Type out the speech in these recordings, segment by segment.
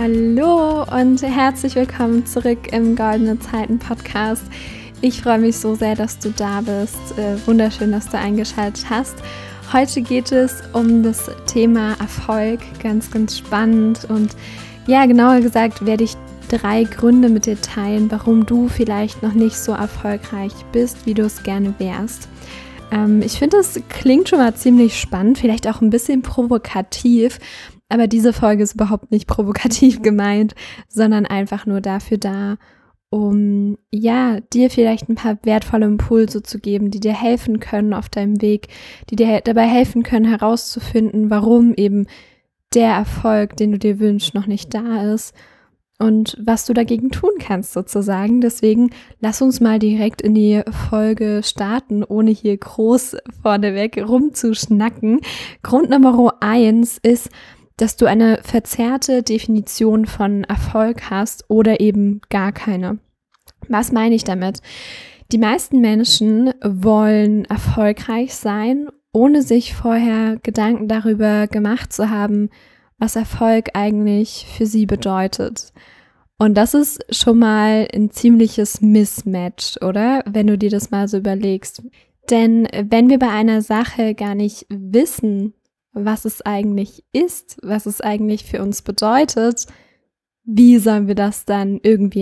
Hallo und herzlich willkommen zurück im Goldene Zeiten Podcast. Ich freue mich so sehr, dass du da bist. Wunderschön, dass du eingeschaltet hast. Heute geht es um das Thema Erfolg, ganz, ganz spannend. Und ja, genauer gesagt werde ich 3 Gründe mit dir teilen, warum du vielleicht noch nicht so erfolgreich bist, wie du es gerne wärst. Ich finde, es klingt schon mal ziemlich spannend, vielleicht auch ein bisschen provokativ, aber diese Folge ist überhaupt nicht provokativ gemeint, sondern einfach nur dafür da, um dir vielleicht ein paar wertvolle Impulse zu geben, die dir helfen können auf deinem Weg, die dir dabei helfen können herauszufinden, warum eben der Erfolg, den du dir wünschst, noch nicht da ist und was du dagegen tun kannst sozusagen. Deswegen lass uns mal direkt in die Folge starten, ohne hier groß vorneweg rumzuschnacken. Grund Nummer 1 ist, dass du eine verzerrte Definition von Erfolg hast oder eben gar keine. Was meine ich damit? Die meisten Menschen wollen erfolgreich sein, ohne sich vorher Gedanken darüber gemacht zu haben, was Erfolg eigentlich für sie bedeutet. Und das ist schon mal ein ziemliches Mismatch, oder? Wenn du dir das mal so überlegst. Denn wenn wir bei einer Sache gar nicht wissen, was es eigentlich ist, was es eigentlich für uns bedeutet, wie sollen wir das dann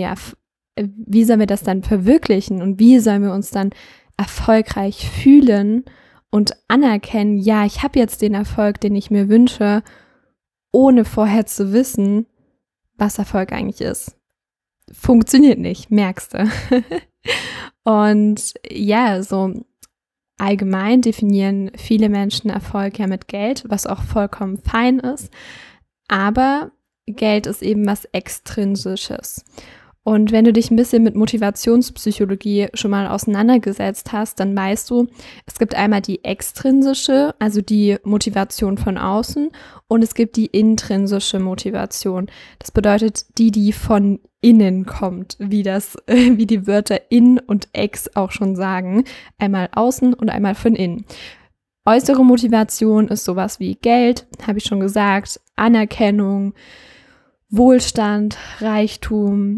wie sollen wir das dann verwirklichen und wie sollen wir uns dann erfolgreich fühlen und anerkennen, ja, ich habe jetzt den Erfolg, den ich mir wünsche, ohne vorher zu wissen, was Erfolg eigentlich ist. Funktioniert nicht, merkst du. Und ja, so allgemein definieren viele Menschen Erfolg ja mit Geld, was auch vollkommen fein ist. Aber Geld ist eben was Extrinsisches. Und wenn du dich ein bisschen mit Motivationspsychologie schon mal auseinandergesetzt hast, dann weißt du, es gibt einmal die extrinsische, also die Motivation von außen, und es gibt die intrinsische Motivation. Das bedeutet die von innen kommt, wie die Wörter in und ex auch schon sagen. Einmal außen und einmal von innen. Äußere Motivation ist sowas wie Geld, habe ich schon gesagt, Anerkennung, Wohlstand, Reichtum,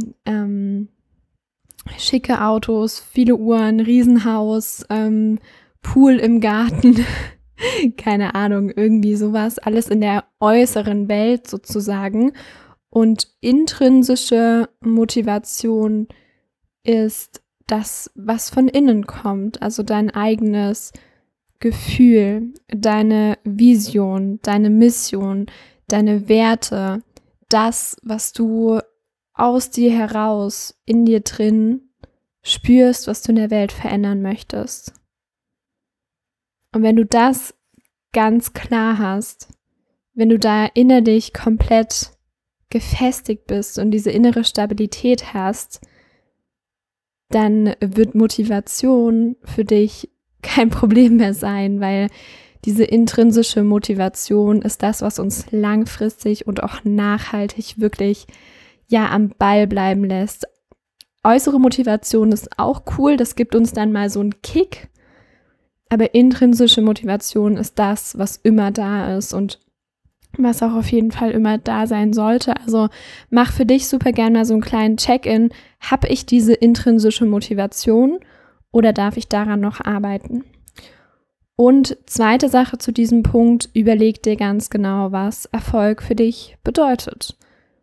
schicke Autos, viele Uhren, Riesenhaus, Pool im Garten, keine Ahnung, irgendwie sowas, alles in der äußeren Welt sozusagen. Und intrinsische Motivation ist das, was von innen kommt, also dein eigenes Gefühl, deine Vision, deine Mission, deine Werte, das, was du aus dir heraus, in dir drin spürst, was du in der Welt verändern möchtest. Und wenn du das ganz klar hast, wenn du da innerlich komplett gefestigt bist und diese innere Stabilität hast, dann wird Motivation für dich kein Problem mehr sein, weil diese intrinsische Motivation ist das, was uns langfristig und auch nachhaltig wirklich am Ball bleiben lässt. Äußere Motivation ist auch cool, das gibt uns dann mal so einen Kick, aber intrinsische Motivation ist das, was immer da ist und was auch auf jeden Fall immer da sein sollte. Also mach für dich super gerne mal so einen kleinen Check-in. Habe ich diese intrinsische Motivation oder darf ich daran noch arbeiten? Und zweite Sache zu diesem Punkt, überleg dir ganz genau, was Erfolg für dich bedeutet.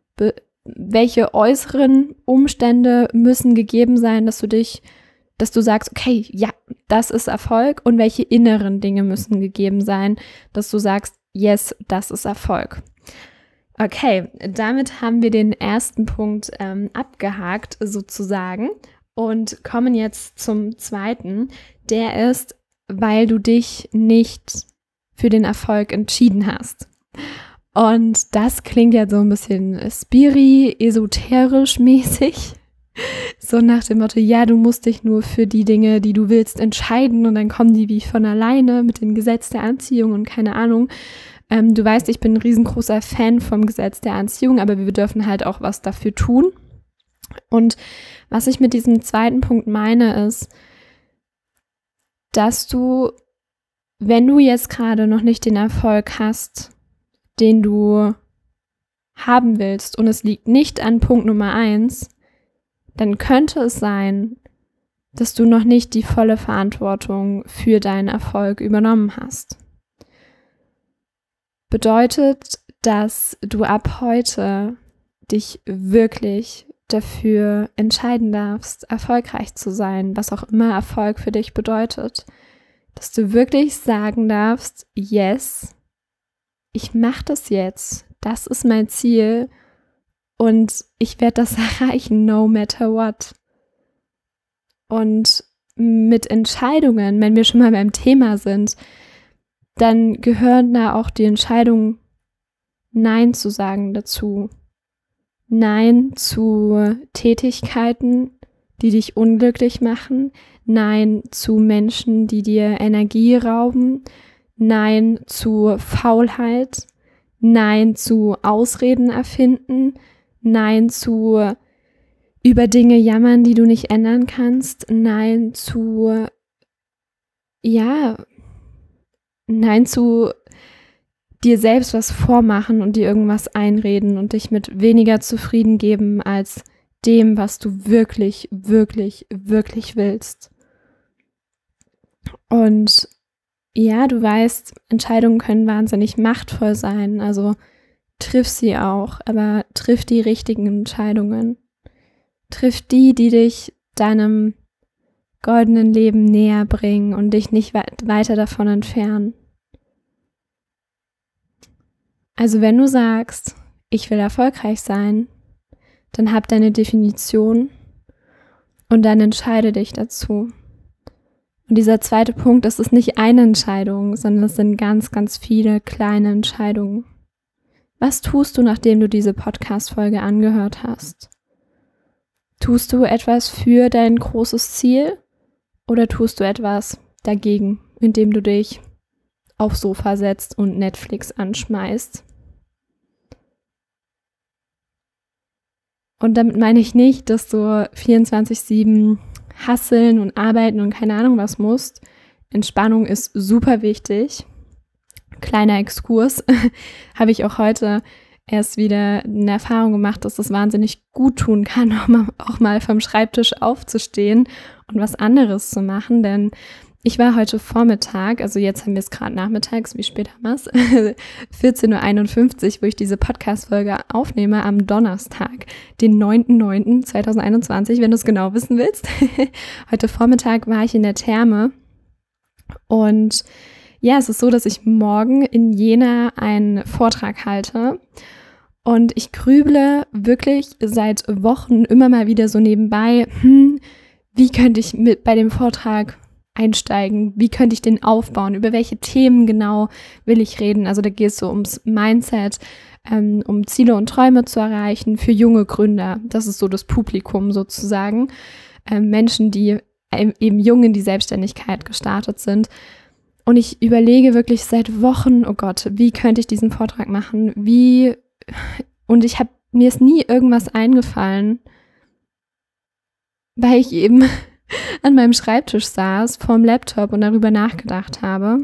Welche äußeren Umstände müssen gegeben sein, dass du sagst, okay, ja, das ist Erfolg, und welche inneren Dinge müssen gegeben sein, dass du sagst, yes, das ist Erfolg. Okay, damit haben wir den ersten Punkt abgehakt sozusagen und kommen jetzt zum zweiten. Der ist, weil du dich nicht für den Erfolg entschieden hast. Und das klingt ja so ein bisschen esoterisch mäßig. So nach dem Motto, ja, du musst dich nur für die Dinge, die du willst, entscheiden und dann kommen die wie von alleine mit dem Gesetz der Anziehung und keine Ahnung. Du weißt, ich bin ein riesengroßer Fan vom Gesetz der Anziehung, aber wir dürfen halt auch was dafür tun. Und was ich mit diesem zweiten Punkt meine, ist, dass du, wenn du jetzt gerade noch nicht den Erfolg hast, den du haben willst und es liegt nicht an Punkt Nummer 1, dann könnte es sein, dass du noch nicht die volle Verantwortung für deinen Erfolg übernommen hast. Bedeutet, dass du ab heute dich wirklich dafür entscheiden darfst, erfolgreich zu sein, was auch immer Erfolg für dich bedeutet. Dass du wirklich sagen darfst, yes, ich mache das jetzt, das ist mein Ziel und ich werde das erreichen, no matter what. Und mit Entscheidungen, wenn wir schon mal beim Thema sind, dann gehören da auch die Entscheidung, Nein zu sagen dazu. Nein zu Tätigkeiten, die dich unglücklich machen. Nein zu Menschen, die dir Energie rauben. Nein zu Faulheit. Nein zu Ausreden erfinden. Nein zu über Dinge jammern, die du nicht ändern kannst. Nein zu dir selbst was vormachen und dir irgendwas einreden und dich mit weniger zufrieden geben als dem, was du wirklich, wirklich, wirklich willst. Und ja, du weißt, Entscheidungen können wahnsinnig machtvoll sein, also triff sie auch, aber triff die richtigen Entscheidungen. Triff die, die dich deinem goldenen Leben näher bringen und dich nicht weiter davon entfernen. Also wenn du sagst, ich will erfolgreich sein, dann hab deine Definition und dann entscheide dich dazu. Und dieser zweite Punkt, das ist nicht eine Entscheidung, sondern es sind ganz, ganz viele kleine Entscheidungen. Was tust du, nachdem du diese Podcast-Folge angehört hast? Tust du etwas für dein großes Ziel oder tust du etwas dagegen, indem du dich aufs Sofa setzt und Netflix anschmeißt? Und damit meine ich nicht, dass du 24/7 hasseln und arbeiten und keine Ahnung was musst. Entspannung ist super wichtig. Kleiner Exkurs, habe ich auch heute erst wieder eine Erfahrung gemacht, dass es wahnsinnig gut tun kann, auch mal vom Schreibtisch aufzustehen und was anderes zu machen, denn ich war heute Vormittag, also jetzt haben wir es gerade nachmittags, wie spät haben wir es? 14:51 Uhr, wo ich diese Podcast-Folge aufnehme am Donnerstag, den 9.9.2021, wenn du es genau wissen willst. Heute Vormittag war ich in der Therme und ja, es ist so, dass ich morgen in Jena einen Vortrag halte und ich grüble wirklich seit Wochen immer mal wieder so nebenbei, wie könnte ich bei dem Vortrag einsteigen, wie könnte ich den aufbauen, über welche Themen genau will ich reden. Also da geht es so ums Mindset, um Ziele und Träume zu erreichen für junge Gründer. Das ist so das Publikum sozusagen. Menschen, die eben jung in die Selbstständigkeit gestartet sind. Und ich überlege wirklich seit Wochen, oh Gott, wie könnte ich diesen Vortrag machen? Und mir ist nie irgendwas eingefallen, weil ich eben an meinem Schreibtisch saß, vorm Laptop und darüber nachgedacht habe.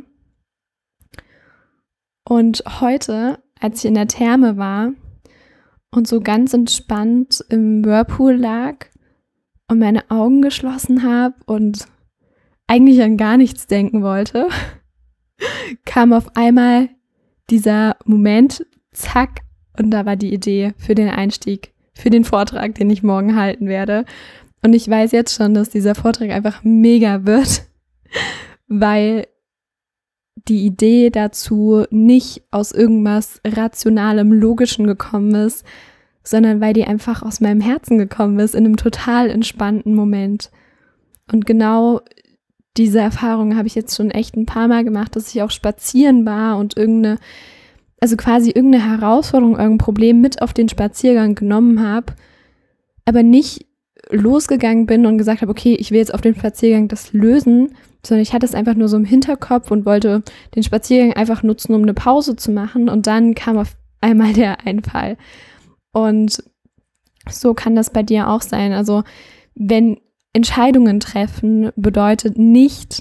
Und heute, als ich in der Therme war und so ganz entspannt im Whirlpool lag und meine Augen geschlossen habe und eigentlich an gar nichts denken wollte, kam auf einmal dieser Moment, zack, und da war die Idee für den Einstieg, für den Vortrag, den ich morgen halten werde. Und ich weiß jetzt schon, dass dieser Vortrag einfach mega wird, weil die Idee dazu nicht aus irgendwas Rationalem, Logischen gekommen ist, sondern weil die einfach aus meinem Herzen gekommen ist, in einem total entspannten Moment. Und genau diese Erfahrung habe ich jetzt schon echt ein paar Mal gemacht, dass ich auch spazieren war und irgendeine Herausforderung, irgendein Problem mit auf den Spaziergang genommen habe, aber nicht losgegangen bin und gesagt habe, okay, ich will jetzt auf dem Spaziergang das lösen, sondern ich hatte es einfach nur so im Hinterkopf und wollte den Spaziergang einfach nutzen, um eine Pause zu machen, und dann kam auf einmal der Einfall. Und so kann das bei dir auch sein. Also wenn Entscheidungen treffen bedeutet nicht,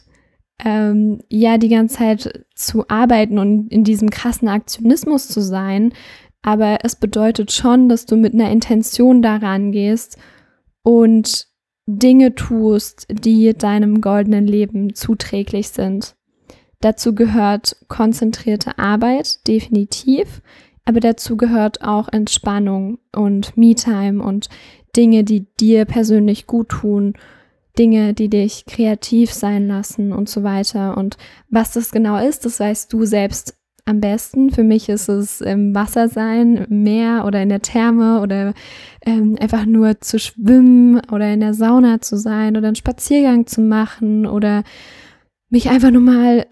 die ganze Zeit zu arbeiten und in diesem krassen Aktionismus zu sein, aber es bedeutet schon, dass du mit einer Intention daran gehst und Dinge tust, die deinem goldenen Leben zuträglich sind. Dazu gehört konzentrierte Arbeit, definitiv, aber dazu gehört auch Entspannung und Me-Time und Dinge, die dir persönlich gut tun, Dinge, die dich kreativ sein lassen und so weiter. Und was das genau ist, das weißt du selbst am besten. Für mich ist es im Wasser sein, im Meer oder in der Therme oder einfach nur zu schwimmen oder in der Sauna zu sein oder einen Spaziergang zu machen oder mich einfach nur mal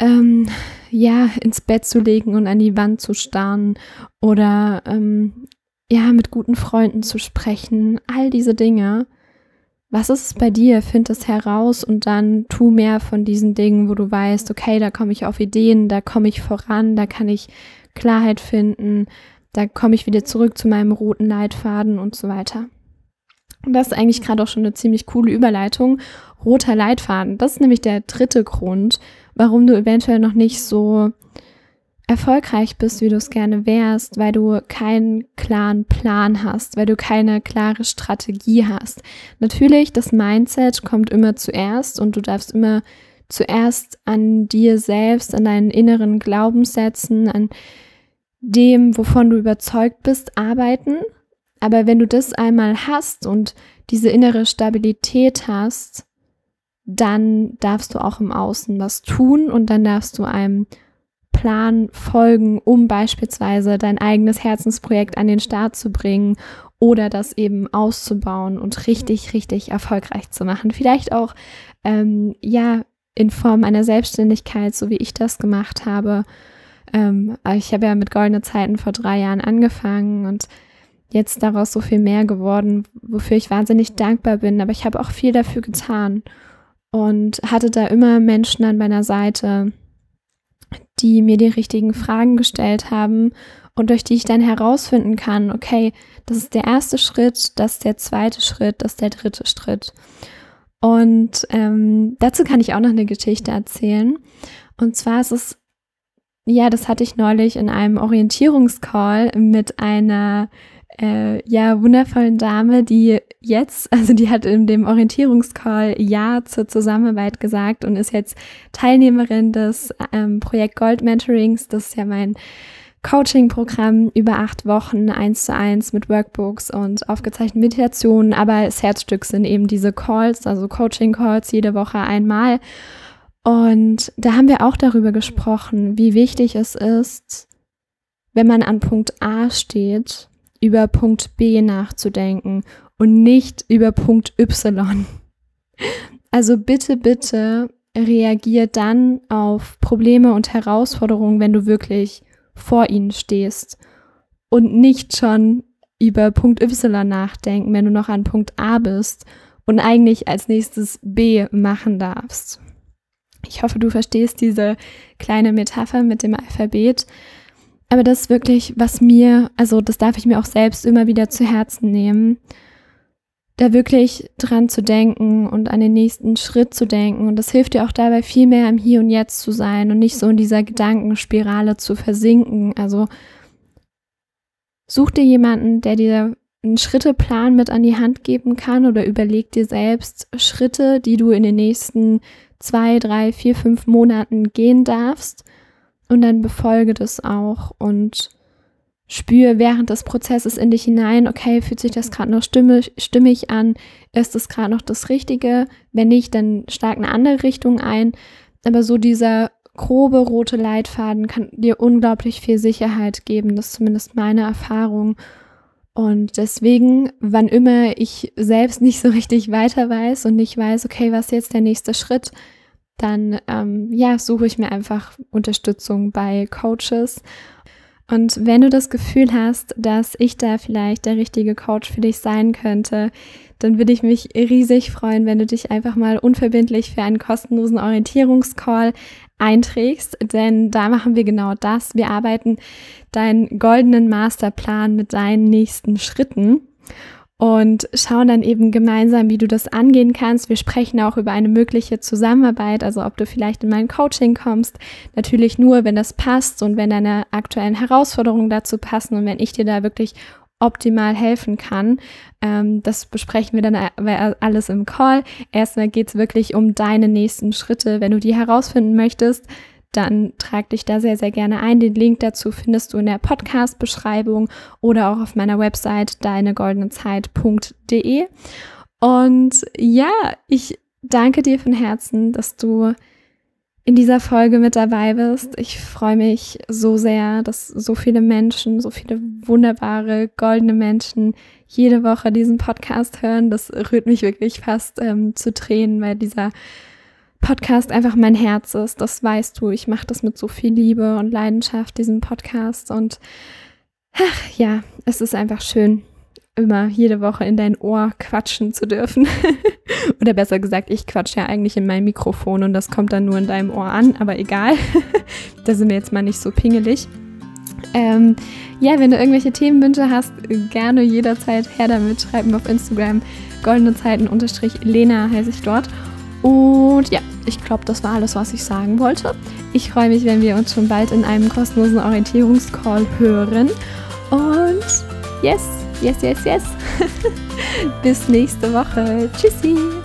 ins Bett zu legen und an die Wand zu starren oder mit guten Freunden zu sprechen. All diese Dinge. Was ist es bei dir? Find es heraus und dann tu mehr von diesen Dingen, wo du weißt, okay, da komme ich auf Ideen, da komme ich voran, da kann ich Klarheit finden, da komme ich wieder zurück zu meinem roten Leitfaden und so weiter. Und das ist eigentlich gerade auch schon eine ziemlich coole Überleitung. Roter Leitfaden, das ist nämlich der dritte Grund, warum du eventuell noch nicht so erfolgreich bist, wie du es gerne wärst, weil du keinen klaren Plan hast, weil du keine klare Strategie hast. Natürlich, das Mindset kommt immer zuerst und du darfst immer zuerst an dir selbst, an deinen inneren Glaubenssätzen, an dem, wovon du überzeugt bist, arbeiten. Aber wenn du das einmal hast und diese innere Stabilität hast, dann darfst du auch im Außen was tun und dann darfst du einem Plan folgen, um beispielsweise dein eigenes Herzensprojekt an den Start zu bringen oder das eben auszubauen und richtig, richtig erfolgreich zu machen. Vielleicht auch, in Form einer Selbstständigkeit, so wie ich das gemacht habe. Ich habe ja mit Goldene Zeiten vor 3 Jahren angefangen und jetzt daraus so viel mehr geworden, wofür ich wahnsinnig dankbar bin. Aber ich habe auch viel dafür getan und hatte da immer Menschen an meiner Seite, die mir die richtigen Fragen gestellt haben und durch die ich dann herausfinden kann, okay, das ist der erste Schritt, das ist der zweite Schritt, das ist der dritte Schritt. Und dazu kann ich auch noch eine Geschichte erzählen. Und zwar ist es, das hatte ich neulich in einem Orientierungscall mit einer wundervollen Dame, die hat in dem Orientierungscall Ja zur Zusammenarbeit gesagt und ist jetzt Teilnehmerin des Projekt Gold Mentorings. Das ist ja mein Coaching-Programm über 8 Wochen, 1:1 mit Workbooks und aufgezeichneten Meditationen. Aber das Herzstück sind eben diese Calls, also Coaching-Calls, jede Woche einmal. Und da haben wir auch darüber gesprochen, wie wichtig es ist, wenn man an Punkt A steht, über Punkt B nachzudenken und nicht über Punkt Y. Also bitte, bitte reagier dann auf Probleme und Herausforderungen, wenn du wirklich vor ihnen stehst und nicht schon über Punkt Y nachdenken, wenn du noch an Punkt A bist und eigentlich als nächstes B machen darfst. Ich hoffe, du verstehst diese kleine Metapher mit dem Alphabet. Aber das ist wirklich, das darf ich mir auch selbst immer wieder zu Herzen nehmen, da wirklich dran zu denken und an den nächsten Schritt zu denken. Und das hilft dir auch dabei, viel mehr im Hier und Jetzt zu sein und nicht so in dieser Gedankenspirale zu versinken. Also such dir jemanden, der dir einen Schritteplan mit an die Hand geben kann oder überleg dir selbst Schritte, die du in den nächsten 2, 3, 4, 5 Monaten gehen darfst. Und dann befolge das auch und spüre während des Prozesses in dich hinein, okay, fühlt sich das gerade noch stimmig an? Ist es gerade noch das Richtige? Wenn nicht, dann schlag eine andere Richtung ein. Aber so dieser grobe rote Leitfaden kann dir unglaublich viel Sicherheit geben. Das ist zumindest meine Erfahrung. Und deswegen, wann immer ich selbst nicht so richtig weiter weiß und nicht weiß, okay, was ist jetzt der nächste Schritt, dann suche ich mir einfach Unterstützung bei Coaches. Und wenn du das Gefühl hast, dass ich da vielleicht der richtige Coach für dich sein könnte, dann würde ich mich riesig freuen, wenn du dich einfach mal unverbindlich für einen kostenlosen Orientierungscall einträgst, denn da machen wir genau das. Wir arbeiten deinen goldenen Masterplan mit deinen nächsten Schritten. und schauen dann eben gemeinsam, wie du das angehen kannst. Wir sprechen auch über eine mögliche Zusammenarbeit, also ob du vielleicht in mein Coaching kommst. Natürlich nur, wenn das passt und wenn deine aktuellen Herausforderungen dazu passen und wenn ich dir da wirklich optimal helfen kann. Das besprechen wir dann alles im Call. Erstmal geht es wirklich um deine nächsten Schritte. Wenn du die herausfinden möchtest, dann trag dich da sehr, sehr gerne ein. Den Link dazu findest du in der Podcast-Beschreibung oder auch auf meiner Website deinegoldenezeit.de. Und ja, ich danke dir von Herzen, dass du in dieser Folge mit dabei bist. Ich freue mich so sehr, dass so viele Menschen, so viele wunderbare, goldene Menschen jede Woche diesen Podcast hören. Das rührt mich wirklich fast zu Tränen, weil dieser Podcast einfach mein Herz ist. Das weißt du. Ich mache das mit so viel Liebe und Leidenschaft, diesen Podcast. Und ja, es ist einfach schön, immer jede Woche in dein Ohr quatschen zu dürfen. Oder besser gesagt, ich quatsche ja eigentlich in mein Mikrofon und das kommt dann nur in deinem Ohr an, aber egal. Da sind wir jetzt mal nicht so pingelig. Ja, wenn du irgendwelche Themenwünsche hast, gerne jederzeit her damit. Schreib mir auf Instagram goldenezeiten_Lena heiße ich dort. Und ja, ich glaube, das war alles, was ich sagen wollte. Ich freue mich, wenn wir uns schon bald in einem kostenlosen Orientierungscall hören. Und yes. Bis nächste Woche. Tschüssi.